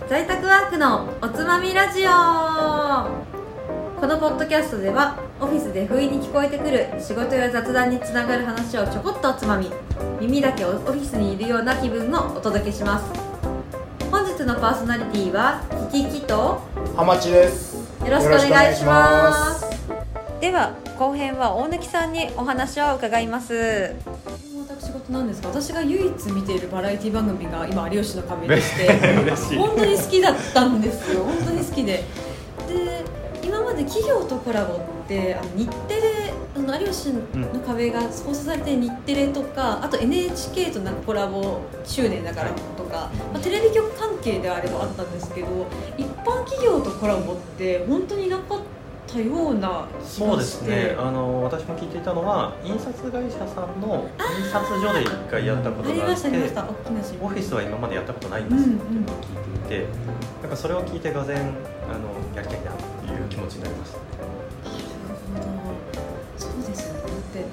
在宅ワークのおつまみラジオ。このポッドキャストではオフィスで不意に聞こえてくる仕事や雑談につながる話をちょこっとおつまみ、耳だけオフィスにいるような気分をお届けします。本日のパーソナリティはキキキと浜地です。 よろしくお願いします。では後編は大貫さんにお話を伺います。私事なんですが、私が唯一見ているバラエティ番組が今有吉の壁でして本当に好きだったんですよ。本当に好きで今まで企業とコラボって日テレ有吉の壁が放送されて日テレとか、あと NHK となんかコラボ周年だからとか、テレビ局関係であればあったんですけど、一般企業とコラボって本当になかったような気がして。 そうですね、私も聞いていたのは印刷会社さんの印刷所で1回やったことがあって、オフィスは今までやったことないんですよっていうのを聞いていて、なんかそれを聞いてがぜんやりたいなっていう気持ちになりました。 なるほど、そうですよね。だ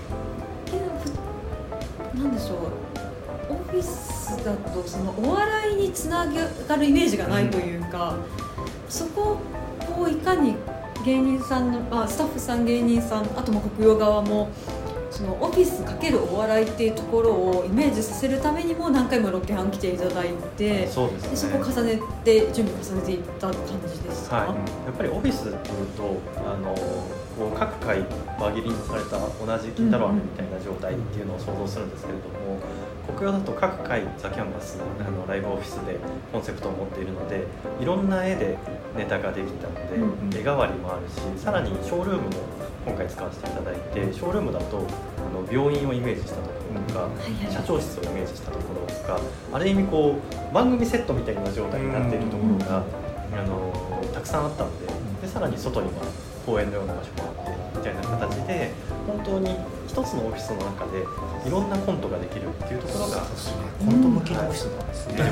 ってなんでしょう、オフィスだとそのお笑いにつながるイメージがないというか、そこをいかに芸人さんのスタッフさん、芸人さん、あとも国用側もそのオフィス×お笑いっていうところをイメージさせるためにも何回もロケハン来ていただいて、 そうですね、 でそこを重ねて準備を重ねていった感じですか。 はい、やっぱりオフィスっていうとこう各回輪切りにされた同じ金太郎飴みたいな状態っていうのを想像するんですけれども、国用だと各回ザ・キャンバスライブオフィスでコンセプトを持っているので、いろんな絵でネタができたので、絵代わりもあるし、さらにショールームも今回使わせていただいて、ショールームだと病院をイメージしたところとか、社長室をイメージしたところとか、ある意味こう番組セットみたいな状態になっているところがたくさんあったので、さらに外には公園のような場所もあってみたいな形で、本当に一つのオフィスの中でいろんなコントができるっていうところが、 コント向きのオフィスなんですね。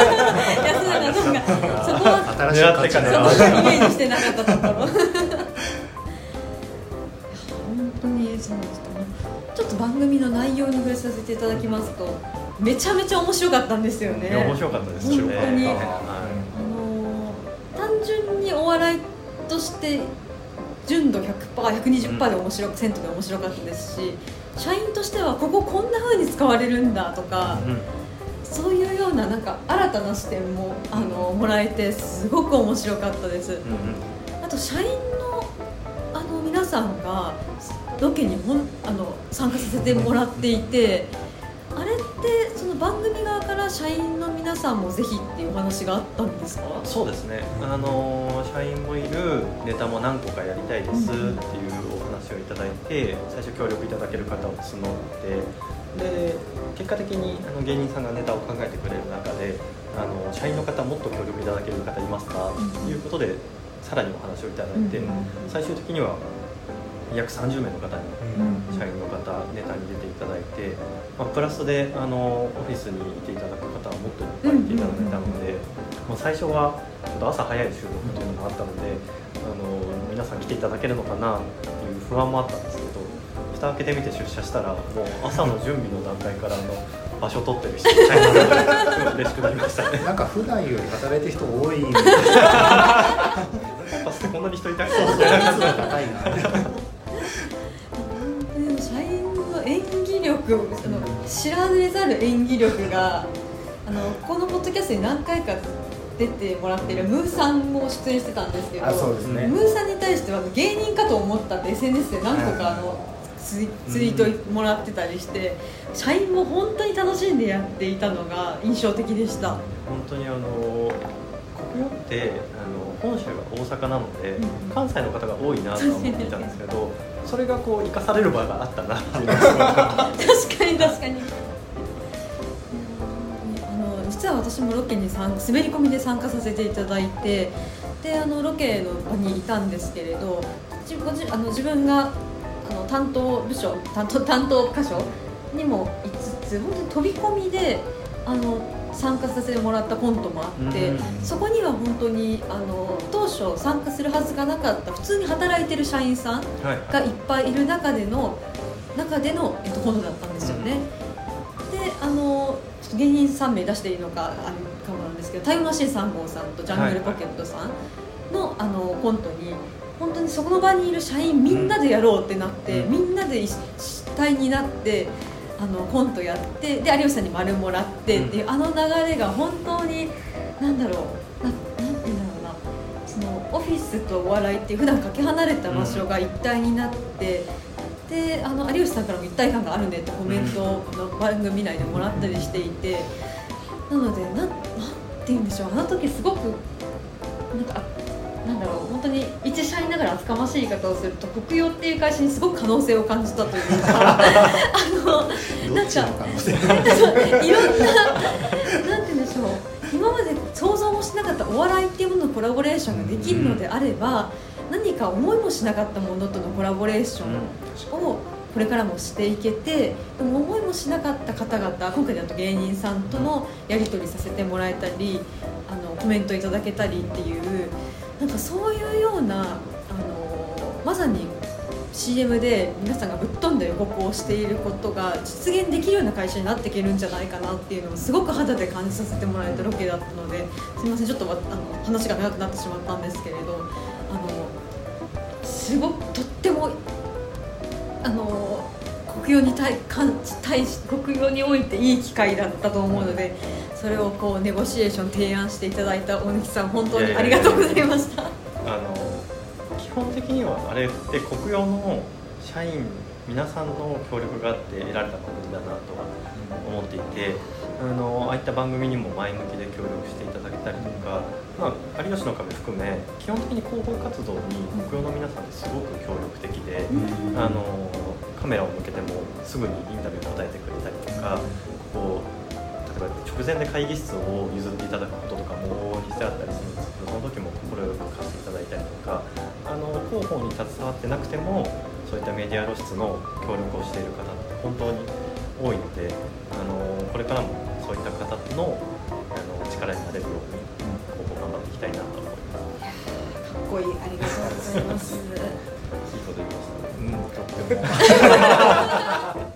そこは新しい価値のイメージしてなかったところ本当にそうですか。ちょっと番組の内容に触れさせていただきますと、めちゃめちゃ面白かったんですよね。 面白かったですね。 本当に、単純にお笑いとして純度 100%、120% で面白く、セントで面白かったですし、社員としてはこここんな風に使われるんだとか、そういうようななんか新たな視点ももらえて、すごく面白かったです。あと社員の皆さんがロケに参加させてもらっていて、あれってその番組側から社員の皆さんもぜひっていうお話があったんですか？ そうですね、社員もいるネタも何個かやりたいですっていうお話をいただいて、最初協力いただける方を募って、で結果的に芸人さんがネタを考えてくれる中で、社員の方もっと協力いただける方いますかということで、さらにお話をいただいて、最終的には約30名の方に社員の方ネタに出ていただいて、プラスでオフィスにいていただく方はもっといっぱいいていただいたので、最初はちょっと朝早い収録というのもあったので、皆さん来ていただけるのかなっていう不安もあったんですけど、蓋開けてみて出社したら、もう朝の準備の段階から場所取ってる人が嬉しくなりましたね。 なんか普段より働いてる人多い。 こんなに人いたそうじゃないですか。高いな。 社員の演技力、知られざる演技力がこのポッドキャストに何回か出てもらっているムーさんも出演してたんですけど、 そうですね、 ムーさんに対しては芸人かと思ったって SNS で何個かツイートもらってたりして、社員も本当に楽しんでやっていたのが印象的でした。 本当に国用って本社が大阪なので、関西の方が多いなとは思っていたんですけど、それがこう生かされる場があったなっていうのが確かに実は私もロケに滑り込みで参加させていただいて、でロケの場にいたんですけれど、自分が担当箇所にもいつつ、本当に飛び込みで参加させてもらったコントもあって、そこには本当に当初参加するはずがなかった普通に働いてる社員さんがいっぱいいる中でのコントだったんですよね。 芸人3名出していいのかかもなんですけど、タイムマシーン3号さんとジャングルポケットさんの、コントに本当にそこの場にいる社員みんなでやろうってなって、みんなで一体になってコントやって、で有吉さんに丸もらってっていう、流れが本当になんていうんだろうな、そのオフィスとお笑いっていう普段かけ離れた場所が一体になって、で有吉さんからも一体感があるねってコメントを番組内でもらったりしていて、なのでなんて言うんでしょう、時すごく本当に一社員ながら厚かましい言い方をすると、国用っていう会社にすごく可能性を感じたというかなんかいろんななんて言うんでしょう、今まで想像もしなかったお笑いっていうもののコラボレーションができるのであれば、何か思いもしなかったものとのコラボレーションをこれからもしていけて、でも思いもしなかった方々、今回だと芸人さんとのやり取りさせてもらえたり、コメントいただけたりっていう、なんかそういうようなまさに CM で皆さんがぶっ飛んだ予告をしていることが実現できるような会社になっていけるんじゃないかなっていうのをすごく肌で感じさせてもらえたロケだったので、すみませんちょっと話が長くなってしまったんですけれど、すごくとっても国用においていい機会だったと思うので、それをこうネゴシエーション提案していただいた大貫さん、本当にありがとうございました。 基本的にはあれって国用の社員皆さんの協力があって得られたことだなとは思っていて、ああいった番組にも前向きで協力していただけたりとか、有吉の壁含め基本的に広報活動に国用の皆さんってすごく協力的で、カメラを向けてもすぐにインタビュー答えてくれたりとか、例えば直前で会議室を譲っていただくこととかも往々にしてあったりするんですけど、その時も快く貸していただいたりとか、広報に携わってなくてもそういったメディア露出の協力をしている方って本当に多いので、これからもそういった方の力になれるように広報頑張っていきたいなと思います。 かっこいい、ありがとうございます。いいこと言いましたね。とっても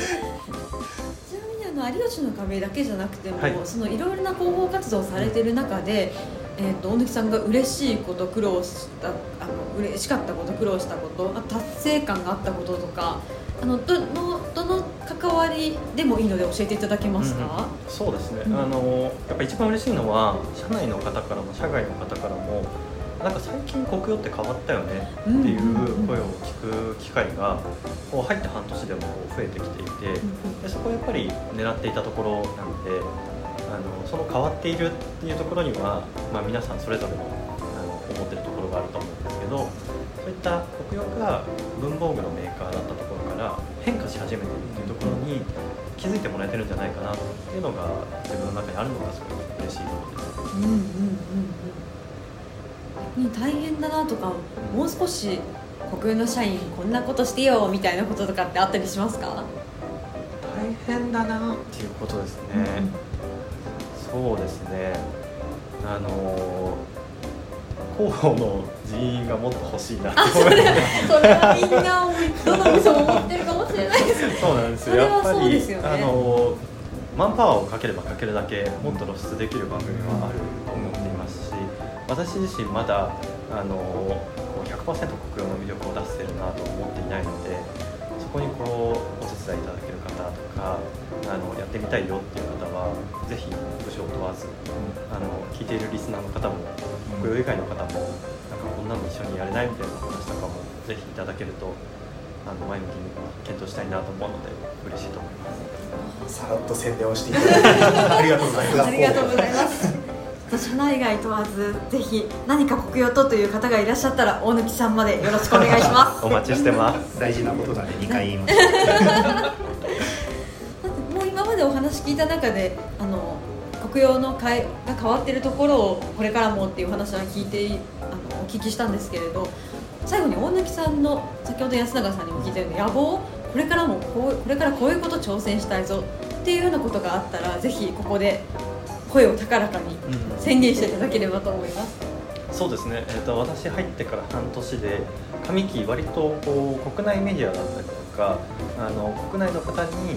有吉の壁だけじゃなくても、 はい、 そのいろいろな広報活動をされている中で、大貫さんが嬉しいこと、苦労した嬉しかったこと、苦労したこと、達成感があったこととか、どの関わりでもいいので教えていただけますか？ そうですね、やっぱ一番嬉しいのは社内の方からも社外の方からも、なんか最近国用って変わったよねっていう声を聞く機会が入って半年でも増えてきていて、でそこはやっぱり狙っていたところなので、その変わっているっていうところには、皆さんそれぞれの思ってるところがあると思うんですけど、そういった国用が文房具のメーカーだったところから変化し始めているっていうところに気づいてもらえてるんじゃないかなっていうのが自分の中にあるのがすごく嬉しいことです。 大変だなとか、もう少し国有の社員こんなことしてよみたいなこととかってあったりしますか？ 大変だなっていうことですね、そうですね、広報の人員がもっと欲しいなって思います。 それはみんなどの部署も思ってるかもしれないですそうなんですよ、やっぱりマンパワーをかければかけるだけもっと露出できる番組はあると思っていますし、私自身まだ100% 国用の魅力を出せてるなと思っていないので、そこにお手伝いいただける方とかやってみたいよっていう方はぜひ部署を問わず、聞いているリスナーの方も国用以外の方もこんなの一緒にやれないみたいな話とかもぜひいただけると前向きに検討したいなと思うので嬉しいと思います。 さらっと宣伝をしていただいてありがとうございます。 ありがとうございます。社内外問わずぜひ何か国用という方がいらっしゃったら大貫さんまでよろしくお願いしますお待ちしてます。 大事なことだね、2回言いましたもう今までお話聞いた中で国用の会が変わっているところをこれからもっていう話は聞いてお聞きしたんですけれど、最後に大貫さんの先ほど安永さんにも聞いたような野望、これからこういうこと挑戦したいぞっていうようなことがあったらぜひここで声を高らかに宣言していただければと思います。 そうですね、私入ってから半年で上期割と国内メディアだったりとか国内の方に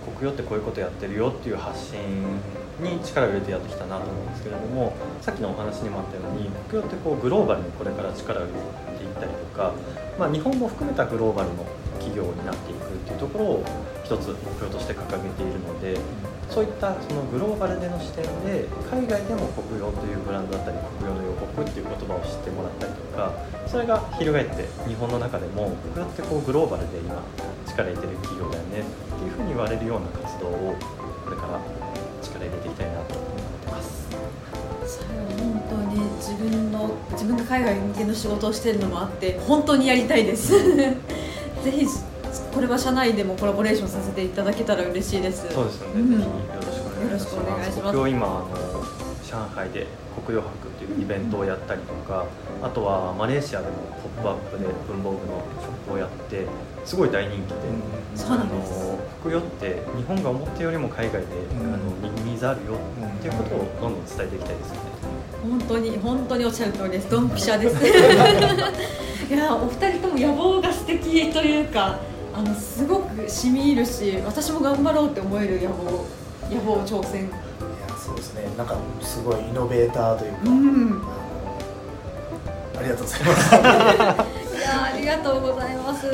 国用ってこういうことやってるよっていう発信に力を入れてやってきたなと思うんですけれども、さっきのお話にもあったように国用ってこうグローバルにこれから力を入れていったりとか、日本も含めたグローバルの企業になっていくっていうところを一つ目標として掲げているので、そういったそのグローバルでの視点で海外でも国用というブランドだったり国用の予告っていう言葉を知ってもらったりとか、それが翻って日本の中でも国用ってこうグローバルで今力入れてる企業だよねっていうふうに言われるような活動をこれから力入れていきたいなと思ってます。 それは本当に自分が海外向けの仕事をしているのもあって本当にやりたいですぜひこれは社内でもコラボレーションさせていただけたら嬉しいです。 そうですよね、ぜひよろしくお願いします。国用今上海で国用博っていうイベントをやったりとか、あとはマレーシアでもポップアップで文房具のショップをやってすごい大人気で、 そうなんです。 国用って日本が思ったよりも海外でニーズあるよっていうことをどんどん伝えていきたいですよね。 本当におっしゃる通りです。ドンピシャですいや、お二人とも野望が素敵というか、すごく染み入るし、私も頑張ろうって思える野望挑戦。 いや、そうですね、なんかすごいイノベーターというか、ありがとうございますいや、ありがとうございます。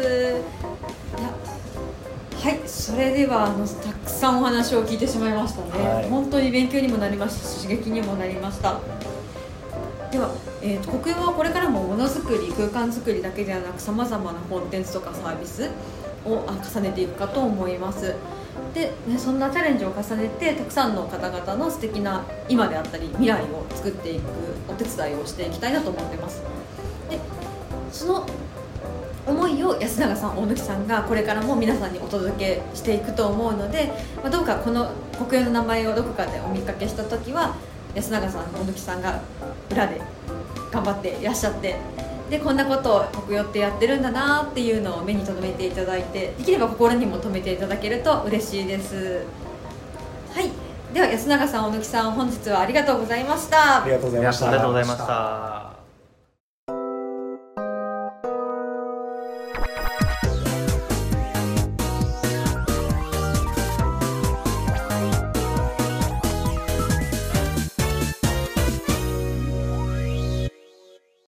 はい、それではたくさんお話を聞いてしまいましたね、はい、本当に勉強にもなりましたし刺激にもなりました。では、国用はこれからもものづくり、空間づくりだけではなくさまざまなコンテンツとかサービスを重ねていくかと思います。で、そんなチャレンジを重ねてたくさんの方々の素敵な今であったり未来を作っていくお手伝いをしていきたいなと思っています。で、その思いを安永さん、大貫さんがこれからも皆さんにお届けしていくと思うので、どうかこの国用の名前をどこかでお見かけしたときは安永さん、大貫さんが裏で頑張っていらっしゃって、でこんなことを国用ってやってるんだなっていうのを目に留めていただいて、できれば心にも留めていただけると嬉しいです。はい、では安永さん、大貫さん、本日はありがとうございました。 ありがとうございました。 ありがとうございました。